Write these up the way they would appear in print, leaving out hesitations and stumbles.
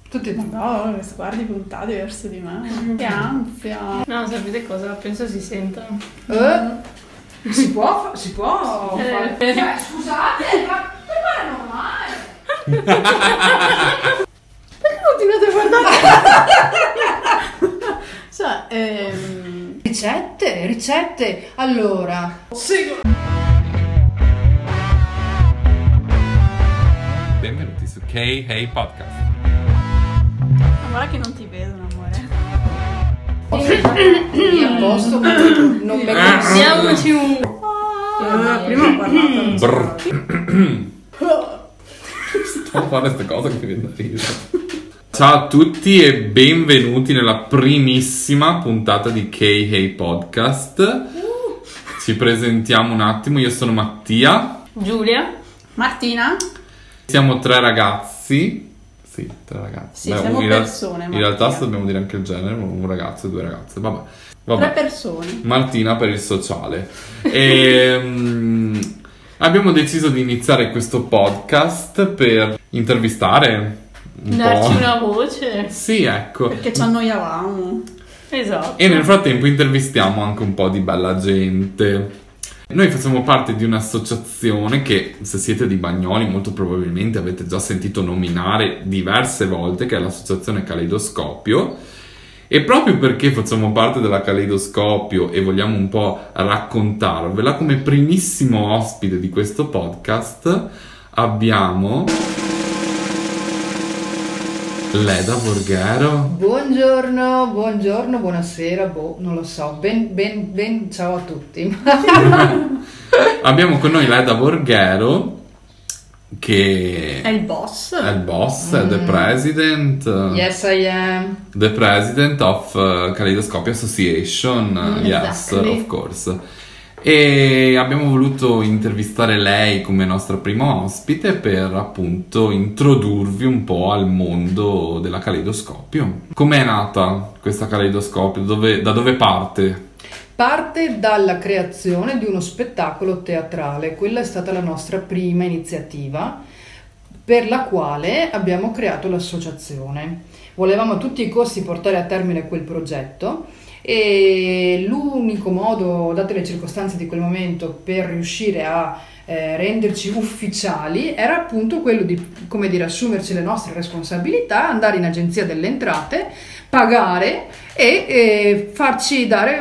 Tutti no, sguardi puntati verso di me. Che ansia. No, sapete cosa? Penso si senta. Si può fare. Cioè, scusate, ma è normale. Perché continuate a guardare? Cioè, ricette. Allora, Benvenuti su K-Hey Podcast. guarda che non ti vedono, amore. Io a posto, non me lo Diamoci un... Prima ho parlato. Sto a fare queste cose che mi viene da ridere. Ciao a tutti e benvenuti nella primissima puntata di K-Hey Podcast. Ci presentiamo un attimo, io sono Mattia. Giulia. Martina? Siamo tre ragazzi. Sì, tre ragazzi. Sì, siamo persone. In realtà dobbiamo dire anche il genere, un ragazzo e due ragazze. Vabbè. Tre persone. Martina per il sociale. E abbiamo deciso di iniziare questo podcast per intervistare un Darci po'. una voce. Sì, ecco. Perché ci annoiavamo. Esatto. E nel frattempo intervistiamo anche un po' di bella gente. Noi facciamo parte di un'associazione che, se siete di Bagnoli, molto probabilmente avete già sentito nominare diverse volte, che è l'associazione Caleidoscopio. E proprio perché facciamo parte della Caleidoscopio e vogliamo un po' raccontarvela, come primissimo ospite di questo podcast abbiamo Leda Borghero. Buongiorno, buonasera, non lo so, ben ciao a tutti. Abbiamo con noi Leda Borghero, che È il boss. è il boss, è the president. Yes, I am. The president of Kaleidoscopio Association, yes, exactly. of course. E abbiamo voluto intervistare lei come nostra prima ospite per appunto introdurvi un po' al mondo della Kaleidoscopio. Com'è nata questa Kaleidoscopio? Da dove parte? Parte dalla creazione di uno spettacolo teatrale. Quella è stata la nostra prima iniziativa per la quale abbiamo creato l'associazione. Volevamo a tutti i costi portare a termine quel progetto e l'unico modo, date le circostanze di quel momento, per riuscire a renderci ufficiali era appunto quello di, come dire, assumerci le nostre responsabilità, andare in agenzia delle entrate, pagare e farci dare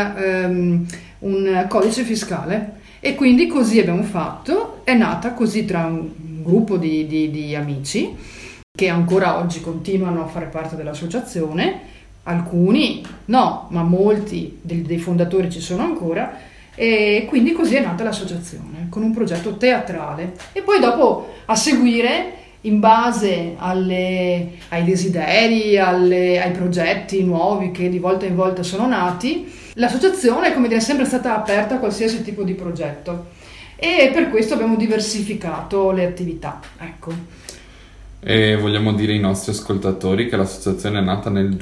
un codice fiscale. E quindi così abbiamo fatto. È nata così tra un gruppo di amici che ancora oggi continuano a fare parte dell'associazione. Alcuni no, ma molti dei fondatori ci sono ancora, e quindi così è nata l'associazione con un progetto teatrale. E poi dopo, a seguire, in base ai desideri, ai progetti nuovi che di volta in volta sono nati, l'associazione, come dire, è sempre stata aperta a qualsiasi tipo di progetto e per questo abbiamo diversificato le attività, ecco. E vogliamo dire ai nostri ascoltatori che l'associazione è nata nel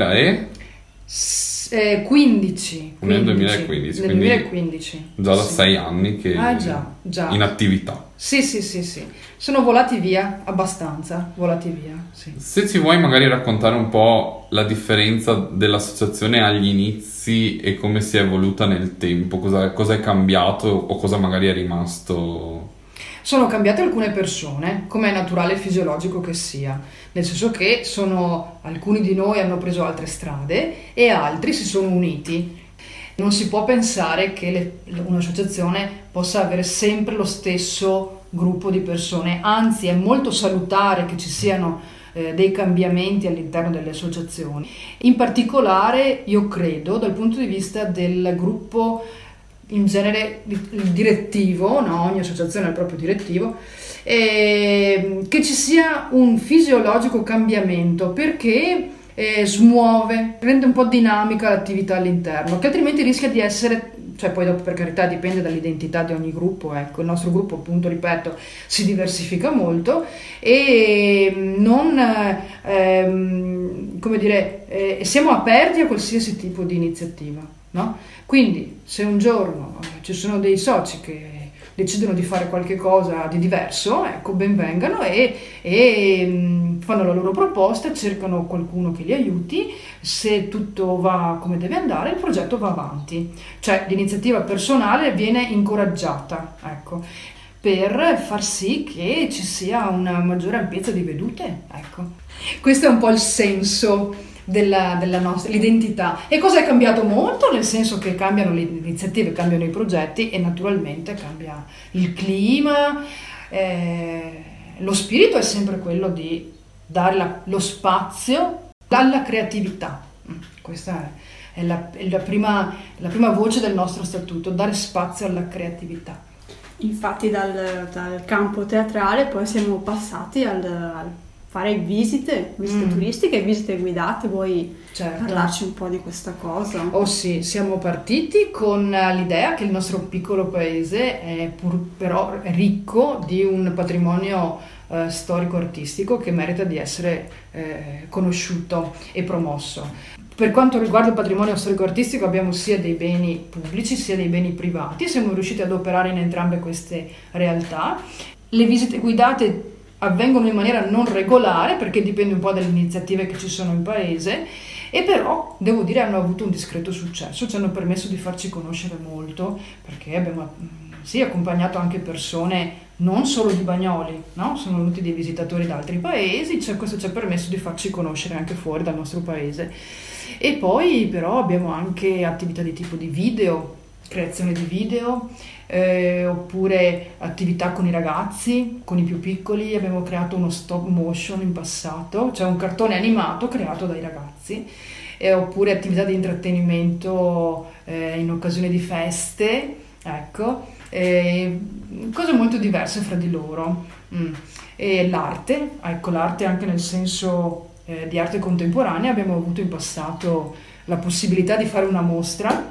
2015. Nel 2015, Nel quindi 2015. già da Sì. 6 anni che Già. in attività. Sì. Sono volati via, abbastanza, sì. Se ci vuoi magari raccontare un po' la differenza dell'associazione agli inizi e come si è evoluta nel tempo, cosa è cambiato o cosa magari è rimasto. Sono cambiate alcune persone, come è naturale e fisiologico che sia, nel senso che alcuni di noi hanno preso altre strade e altri si sono uniti. Non si può pensare che un'associazione possa avere sempre lo stesso gruppo di persone, anzi è molto salutare che ci siano dei cambiamenti all'interno delle associazioni. In particolare, io credo, dal punto di vista del gruppo in genere, il direttivo, no? Ogni associazione ha il proprio direttivo, che ci sia un fisiologico cambiamento, perché smuove, rende un po' dinamica l'attività all'interno, che altrimenti rischia di essere, cioè poi dopo per carità dipende dall'identità di ogni gruppo, ecco, il nostro gruppo appunto, ripeto, si diversifica molto e non, come dire, siamo aperti a qualsiasi tipo di iniziativa, no? Quindi se un giorno ci sono dei soci che decidono di fare qualche cosa di diverso, ecco, ben vengano e fanno la loro proposta, cercano qualcuno che li aiuti, se tutto va come deve andare il progetto va avanti, cioè l'iniziativa personale viene incoraggiata, ecco, per far sì che ci sia una maggiore ampiezza di vedute, ecco. Questo è un po' il senso della nostra l'identità. E cosa è cambiato molto? Nel senso che cambiano le iniziative, cambiano i progetti e naturalmente cambia il clima. Lo spirito è sempre quello di dare lo spazio alla creatività. Questa è la prima voce del nostro statuto, dare spazio alla creatività. Infatti dal campo teatrale poi siamo passati al fare visite turistiche, visite guidate. Vuoi parlarci un po' di questa cosa? Oh sì, siamo partiti con l'idea che il nostro piccolo paese è però ricco di un patrimonio storico-artistico che merita di essere conosciuto e promosso. Per quanto riguarda il patrimonio storico-artistico abbiamo sia dei beni pubblici sia dei beni privati, siamo riusciti ad operare in entrambe queste realtà. Le visite guidate avvengono in maniera non regolare perché dipende un po' dalle iniziative che ci sono in paese, e però devo dire hanno avuto un discreto successo, ci hanno permesso di farci conoscere molto perché abbiamo accompagnato anche persone non solo di Bagnoli, no? Sono venuti dei visitatori da altri paesi, questo ci ha permesso di farci conoscere anche fuori dal nostro paese. E poi però abbiamo anche attività di tipo di video, creazione di video, oppure attività con i ragazzi, con i più piccoli. Abbiamo creato uno stop motion in passato, cioè un cartone animato creato dai ragazzi, oppure attività di intrattenimento in occasione di feste, ecco, cose molto diverse fra di loro. E l'arte anche nel senso di arte contemporanea. Abbiamo avuto in passato la possibilità di fare una mostra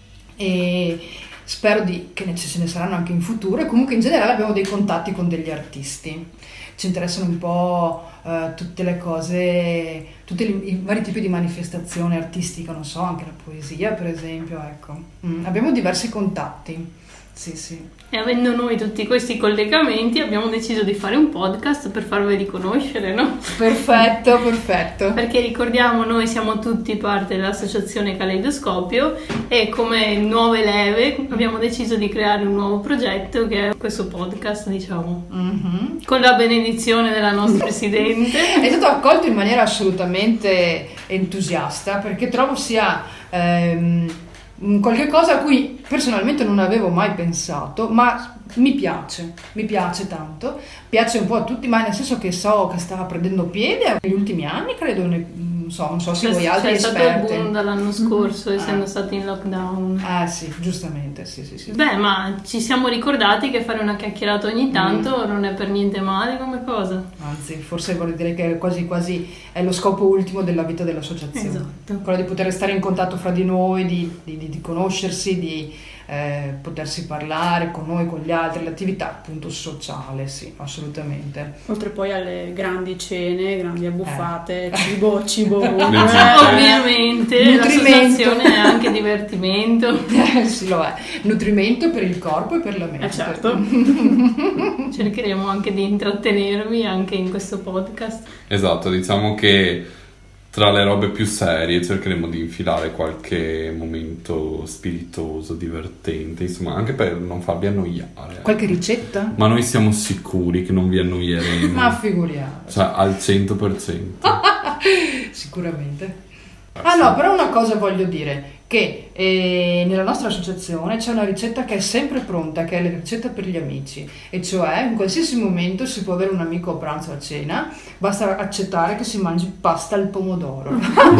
e spero che ce ne saranno anche in futuro, e comunque in generale abbiamo dei contatti con degli artisti. Ci interessano un po' tutte le cose, i vari tipi di manifestazione artistica, non so, anche la poesia per esempio, ecco. Abbiamo diversi contatti. Sì. E avendo noi tutti questi collegamenti abbiamo deciso di fare un podcast per farveli conoscere, no? Perfetto. Perché ricordiamo, noi siamo tutti parte dell'associazione Caleidoscopio e come nuove leve abbiamo deciso di creare un nuovo progetto che è questo podcast, diciamo. Con la benedizione della nostra presidente. È stato accolto in maniera assolutamente entusiasta, perché trovo sia qualche cosa a cui personalmente non avevo mai pensato, ma mi piace tanto, piace un po' a tutti, ma nel senso che so che stava prendendo piede negli ultimi anni, credo, non so se voi altri esperti. C'è stato il boom dall'anno scorso, essendo stati in lockdown. Sì, giustamente, sì. Beh, ma ci siamo ricordati che fare una chiacchierata ogni tanto non è per niente male come cosa. Anzi, forse vorrei dire che quasi è lo scopo ultimo della vita dell'associazione. Esatto. Quello di poter stare in contatto fra di noi, di conoscersi, di potersi parlare con noi, con gli altri, l'attività appunto sociale, sì, assolutamente. Oltre poi alle grandi cene, grandi abbuffate, cibo ovviamente l'associazione è anche divertimento. Sì, lo è, nutrimento per il corpo e per la mente. Certo. Cercheremo anche di intrattenervi anche in questo podcast. Esatto, diciamo che tra le robe più serie cercheremo di infilare qualche momento spiritoso, divertente, insomma, anche per non farvi annoiare. Qualche ricetta? Ma noi siamo sicuri che non vi annoieremo. Ma figuriamoci. Cioè, al 100%. Sicuramente. No, però una cosa voglio dire, che nella nostra associazione c'è una ricetta che è sempre pronta, che è la ricetta per gli amici, e cioè in qualsiasi momento si può avere un amico a pranzo o a cena, basta accettare che si mangi pasta al pomodoro.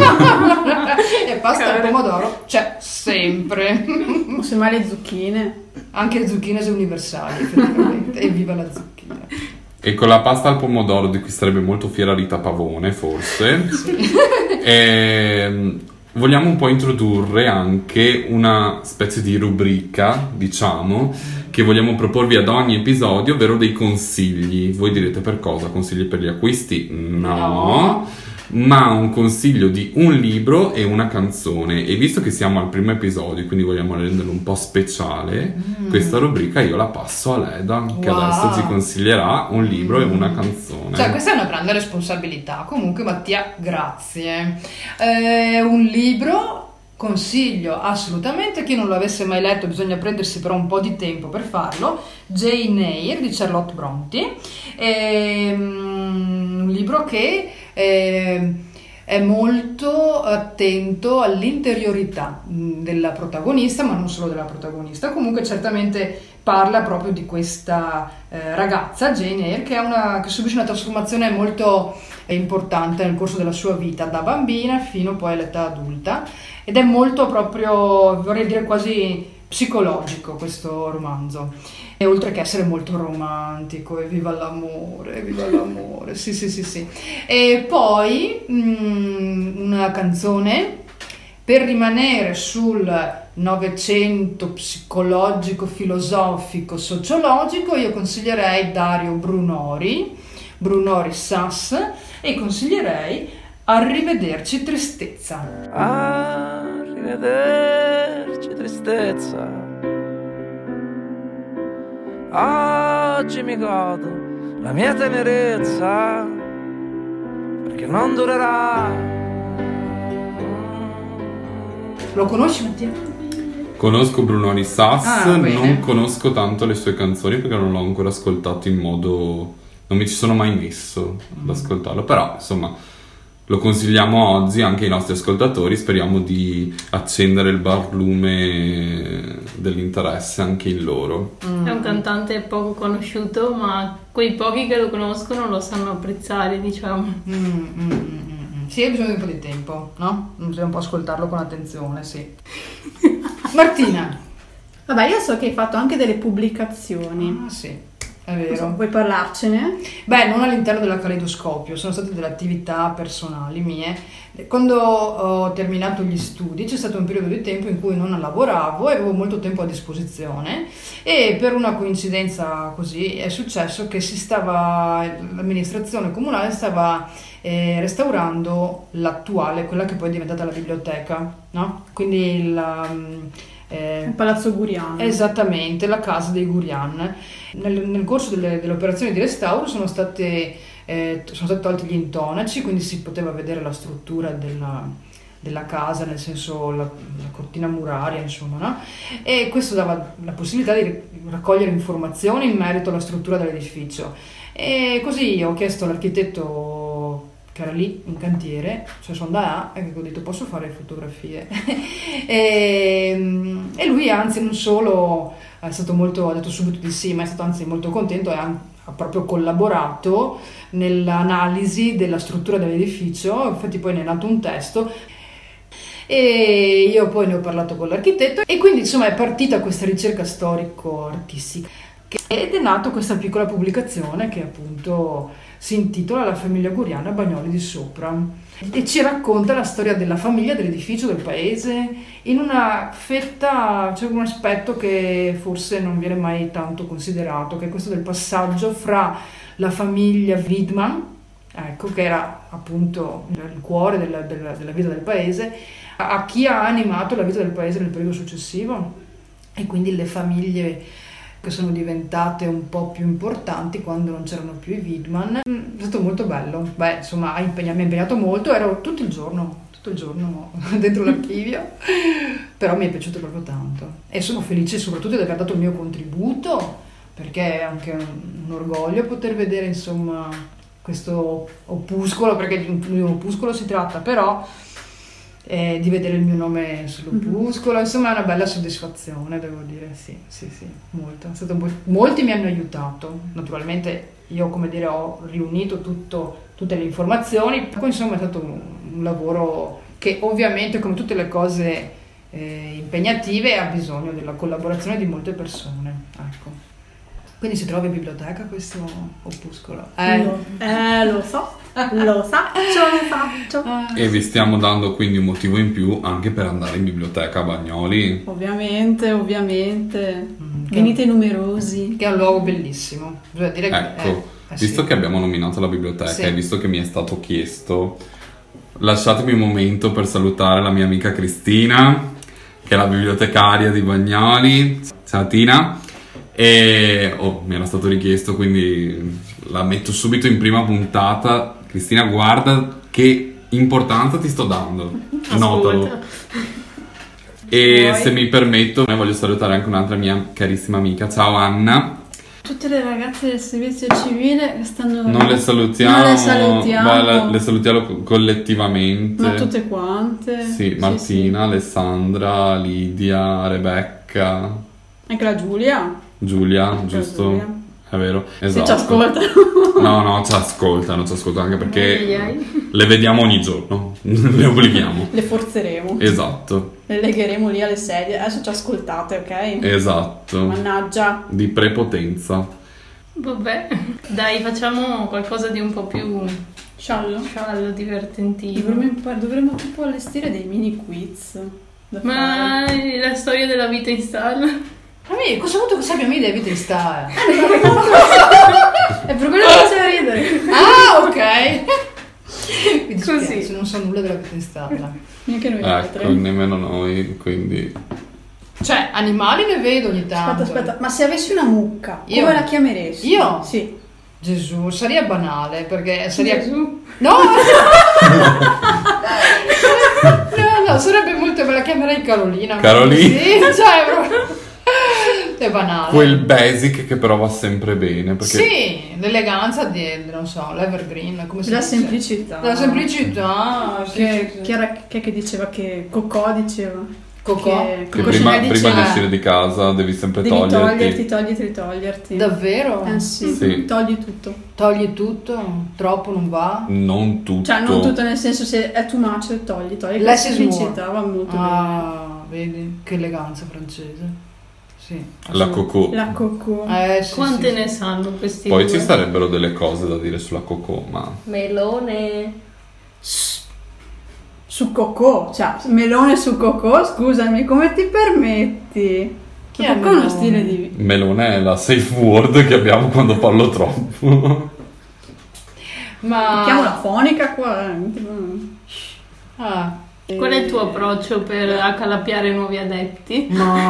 E pasta al pomodoro c'è sempre. O semmai le zucchine. Anche le zucchine sono universali, effettivamente. Evviva la zucchina. E con la pasta al pomodoro, di cui sarebbe molto fiera Rita Pavone, forse, vogliamo un po' introdurre anche una specie di rubrica, diciamo, che vogliamo proporvi ad ogni episodio, ovvero dei consigli. Voi direte per cosa? Consigli per gli acquisti? No. ma un consiglio di un libro e una canzone. E visto che siamo al primo episodio, quindi vogliamo renderlo un po' speciale, questa rubrica io la passo a Leda, che adesso ci consiglierà un libro e una canzone. Cioè, questa è una grande responsabilità. Comunque, Mattia, grazie. Un libro consiglio assolutamente, chi non lo avesse mai letto, bisogna prendersi però un po' di tempo per farlo, Jane Eyre di Charlotte Brontë, un libro che è molto attento all'interiorità della protagonista, ma non solo della protagonista. Comunque certamente parla proprio di questa ragazza, Jane Eyre, che subisce una trasformazione molto importante nel corso della sua vita, da bambina fino poi all'età adulta, ed è molto proprio, vorrei dire quasi psicologico questo romanzo. E oltre che essere molto romantico, e viva l'amore, sì. E poi una canzone per rimanere sul Novecento psicologico, filosofico, sociologico. Io consiglierei Dario Brunori Sass, e consiglierei Arrivederci tristezza. Arrivederci tristezza, oggi mi godo la mia tenerezza, perché non durerà. Lo conosci, Mattia? Conosco Brunori Sass, non conosco tanto le sue canzoni perché non l'ho ancora ascoltato in modo... non mi ci sono mai messo ad ascoltarlo, però insomma lo consigliamo oggi anche ai nostri ascoltatori, speriamo di accendere il barlume dell'interesse anche in loro. È un cantante poco conosciuto, ma quei pochi che lo conoscono lo sanno apprezzare, diciamo. Sì, ha bisogno di un po' di tempo, no? Bisogna un po' ascoltarlo con attenzione, sì. Martina. Vabbè, io so che hai fatto anche delle pubblicazioni. Ah, sì. È vero. Vuoi parlarcene? Beh, non all'interno della Caleidoscopio, sono state delle attività personali mie. Quando ho terminato gli studi c'è stato un periodo di tempo in cui non lavoravo e avevo molto tempo a disposizione, e per una coincidenza così è successo che l'amministrazione comunale stava restaurando l'attuale, quella che poi è diventata la biblioteca, no? Quindi il Palazzo Gurian. Esattamente, la casa dei Gurian. Nel corso delle operazioni di restauro sono stati tolti gli intonaci, quindi si poteva vedere la struttura della casa, nel senso la cortina muraria, insomma, no? E questo dava la possibilità di raccogliere informazioni in merito alla struttura dell'edificio. E così ho chiesto all'architetto che era lì in cantiere, cioè sono da A, e ho detto posso fare fotografie. e lui anzi non solo è stato molto, ha detto subito di sì, ma è stato anzi molto contento e ha proprio collaborato nell'analisi della struttura dell'edificio. Infatti poi ne è nato un testo e io poi ne ho parlato con l'architetto, e quindi insomma è partita questa ricerca storico-artistica ed è nata questa piccola pubblicazione che appunto si intitola La famiglia Gurian a Bagnoli di Sopra, e ci racconta la storia della famiglia, dell'edificio, del paese, in una fetta. C'è un aspetto che forse non viene mai tanto considerato, che è questo del passaggio fra la famiglia Widmann, ecco, che era appunto il cuore della vita del paese, a chi ha animato la vita del paese nel periodo successivo, e quindi le famiglie che sono diventate un po' più importanti quando non c'erano più i Widmann. È stato molto bello. Beh, insomma, mi ha impegnato molto, ero tutto il giorno dentro l'archivio, però mi è piaciuto proprio tanto e sono felice soprattutto di aver dato il mio contributo, perché è anche un orgoglio poter vedere insomma questo opuscolo, perché di un opuscolo si tratta, però di vedere il mio nome sull'opuscolo, insomma è una bella soddisfazione, devo dire. Sì, molto. Molti mi hanno aiutato, naturalmente io, come dire, ho riunito tutte le informazioni, poi insomma è stato un lavoro che ovviamente, come tutte le cose impegnative, ha bisogno della collaborazione di molte persone, ecco. Quindi si trova in biblioteca questo opuscolo? Lo so, lo faccio. E vi stiamo dando quindi un motivo in più anche per andare in biblioteca a Bagnoli. Ovviamente. Venite numerosi. Che è un luogo bellissimo. Bisogna dire ecco, che visto sì. che abbiamo nominato la biblioteca, sì. E visto che mi è stato chiesto, lasciatemi un momento per salutare la mia amica Cristina, che è la bibliotecaria di Bagnoli. Ciao Tina. E mi era stato richiesto, quindi la metto subito in prima puntata. Cristina, guarda che importanza ti sto dando. Notalo. E se mi permetto, voglio salutare anche un'altra mia carissima amica. Ciao Anna. Tutte le ragazze del servizio civile che stanno... Non le salutiamo. Non le salutiamo. Beh, le salutiamo collettivamente. Ma tutte quante. Sì, Martina, sì. Alessandra, Lidia, Rebecca. Anche la Giulia. Giulia, giusto? Giulia. È vero? Esatto. Sì, ci ascoltano. No, ci ascoltano anche perché le vediamo ogni giorno, le obblighiamo. Le forzeremo. Esatto. Le legheremo lì alle sedie. Adesso ci ascoltate, ok? Esatto. Mannaggia. Di prepotenza. Vabbè, dai, facciamo qualcosa di un po' più sciallo, divertentino. Dovremmo tipo allestire dei mini quiz. Ma la storia della vita in stalla? Amico, cosa vuoi che sappiamo della vita in stalla? È per quello che faceva ridere. Ah, ok. Mi dispiace, così. Non so nulla della vita in stalla. Neanche noi ecco, nemmeno noi, quindi... Cioè, animali ne vedo ogni tanto. Aspetta, ma se avessi una mucca, come la chiameresti? Io? Sì. Gesù, sarebbe banale, perché sarebbe... Gesù? No! No, sarebbe molto... Me la chiamerei Carolina. Carolina? Sì, cioè, proprio... È banale. Quel basic che però va sempre bene, perché... Sì, l'eleganza di, non so, l'evergreen, come si dice? Semplicità. La semplicità. Che diceva che Cocò diceva... Che prima di uscire di casa devi sempre toglierti. Davvero? Sì. Togli tutto, troppo non va. Non tutto. Cioè non tutto, nel senso, se è too much togli. La semplicità va molto bene. Ah, vedi, che eleganza francese. Sì. La Cocò. Sì, quante ne sanno questi Poi due? ci sarebbero delle cose da dire sulla Cocò, ma... Melone... Su Cocò, cioè melone su Cocò, scusami, come ti permetti? Chi è Cocò è uno stile di... Melone è la safe word che abbiamo quando parlo troppo. Ma... Mettiamo la fonica qua. Qual è il tuo approccio per accalappiare nuovi adepti?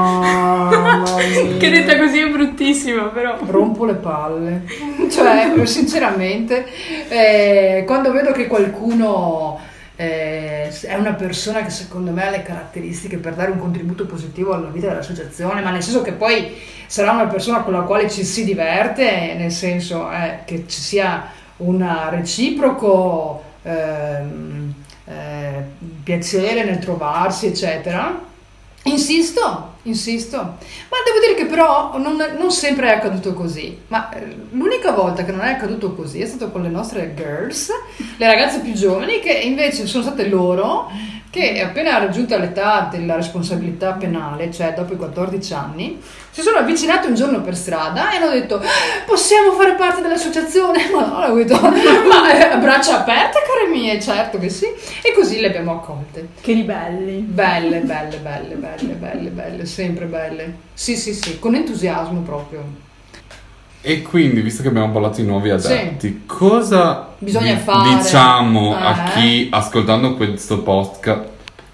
Che detta così è bruttissima, però. Rompo le palle. Cioè, sinceramente, quando vedo che qualcuno... è una persona che secondo me ha le caratteristiche per dare un contributo positivo alla vita dell'associazione, ma nel senso che poi sarà una persona con la quale ci si diverte, nel senso che ci sia un reciproco piacere nel trovarsi, eccetera. Insisto, ma devo dire che però non sempre è accaduto così, ma l'unica volta che non è accaduto così è stato con le nostre girls, le ragazze più giovani, che invece sono state loro che appena raggiunta l'età della responsabilità penale, cioè dopo i 14 anni, si sono avvicinate un giorno per strada e hanno detto: possiamo fare parte dell'associazione? Ma no, ho detto, ma braccia aperte, care mie, certo che sì. E così le abbiamo accolte. Che ribelli. Belle, sempre belle. Sì, con entusiasmo proprio. E quindi, visto che abbiamo parlato di nuovi adepti, cosa bisogna fare? Diciamo a chi, ascoltando questo podcast,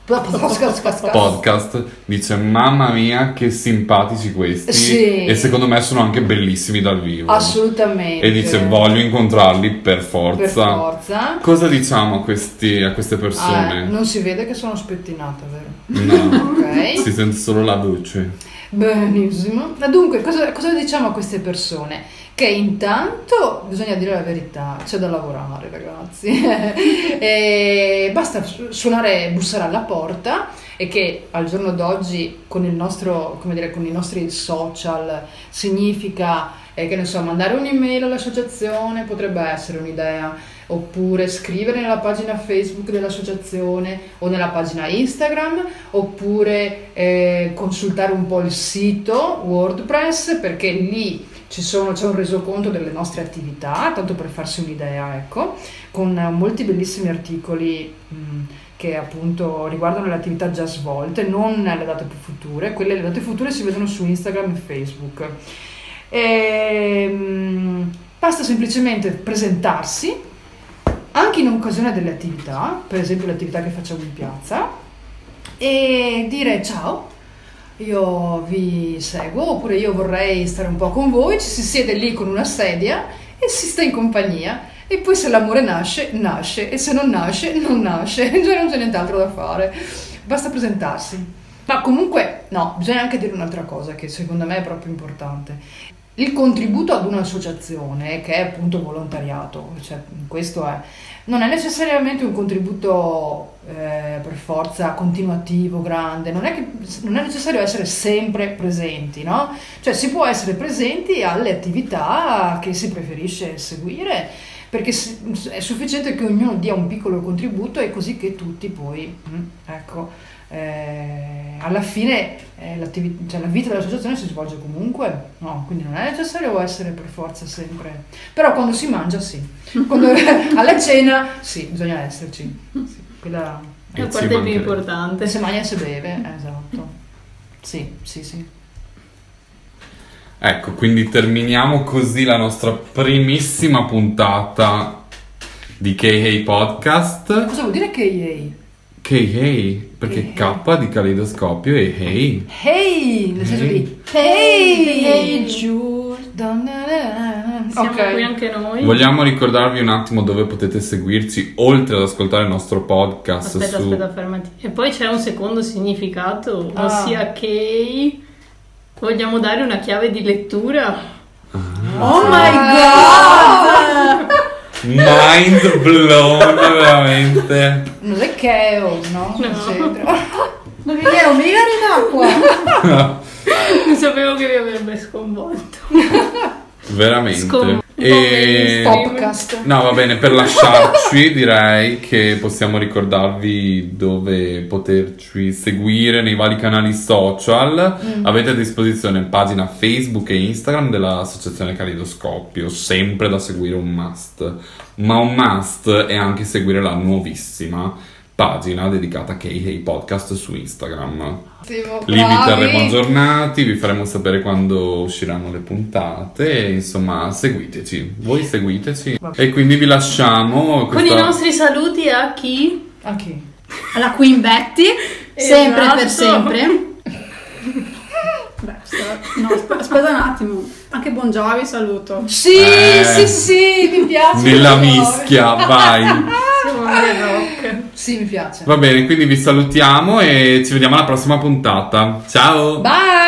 dice: mamma mia che simpatici questi, sì. E secondo me sono anche bellissimi dal vivo, assolutamente, e dice voglio incontrarli per forza. Cosa diciamo a queste persone? Non si vede che sono spettinata, vero? No. Okay. Si sente solo la voce. Benissimo. Dunque, cosa diciamo a queste persone? Che intanto bisogna dire la verità, c'è da lavorare, ragazzi. E basta bussare alla porta, e che al giorno d'oggi con il nostro, come dire, con i nostri social significa che ne so, mandare un'email all'associazione potrebbe essere un'idea, oppure scrivere nella pagina Facebook dell'associazione o nella pagina Instagram, oppure consultare un po' il sito WordPress, perché lì c'è un resoconto delle nostre attività, tanto per farsi un'idea, ecco, con molti bellissimi articoli che appunto riguardano le attività già svolte, non le date più future. Le date future si vedono su Instagram e Facebook. Basta semplicemente presentarsi, anche in occasione delle attività, per esempio le attività che facciamo in piazza, e dire ciao, io vi seguo, oppure io vorrei stare un po' con voi, ci si siede lì con una sedia e si sta in compagnia, e poi se l'amore nasce, nasce, e se non nasce, non nasce, cioè non c'è nient'altro da fare, basta presentarsi. Ma comunque, no, bisogna anche dire un'altra cosa che secondo me è proprio importante. Il contributo ad un'associazione, che è appunto volontariato, cioè questo è, non è necessariamente un contributo per forza continuativo, grande, non è necessario essere sempre presenti, no? Cioè si può essere presenti alle attività che si preferisce seguire, perché è sufficiente che ognuno dia un piccolo contributo, e così che tutti poi, ecco, alla fine la vita dell'associazione si svolge comunque, no? Quindi non è necessario essere per forza sempre, però quando si mangia sì, quando alla cena sì, bisogna esserci, sì, quella è la parte più importante. Se mangia e se beve, esatto, sì. Ecco, quindi terminiamo così la nostra primissima puntata di K-Hey Podcast. Cosa vuol dire K-Hey? K-Hey, perché K di Caleidoscopio e Hey. Hey, nel senso di Hey Jules. Siamo qui anche noi. Vogliamo ricordarvi un attimo dove potete seguirci, oltre ad ascoltare il nostro podcast. Aspetta, fermati. E poi c'è un secondo significato, ossia che vogliamo dare una chiave di lettura. Oh my god! Mind blown, veramente. Non è Chaos, no? Non mi viene d'acqua. Non sapevo che vi avrebbe sconvolto. Veramente. Podcast. No, va bene, per lasciarci direi che possiamo ricordarvi dove poterci seguire nei vari canali social. Avete a disposizione pagina Facebook e Instagram dell'Associazione Caleidoscopio, sempre da seguire, un must. Ma un must è anche seguire la nuovissima pagina dedicata a K-Hey Podcast su Instagram. Lì vi terremo aggiornati, vi faremo sapere quando usciranno le puntate, e insomma seguiteci, voi seguiteci. E quindi vi lasciamo con i nostri saluti a chi? A chi? Alla Queen Betty, sempre per sempre. Beh, aspetta un attimo, anche Bon Jovi saluto. Sì, mi piace. Nella mischia, vai. Siamo nel rock. Sì, mi piace. Va bene, quindi vi salutiamo e ci vediamo alla prossima puntata. Ciao! Bye!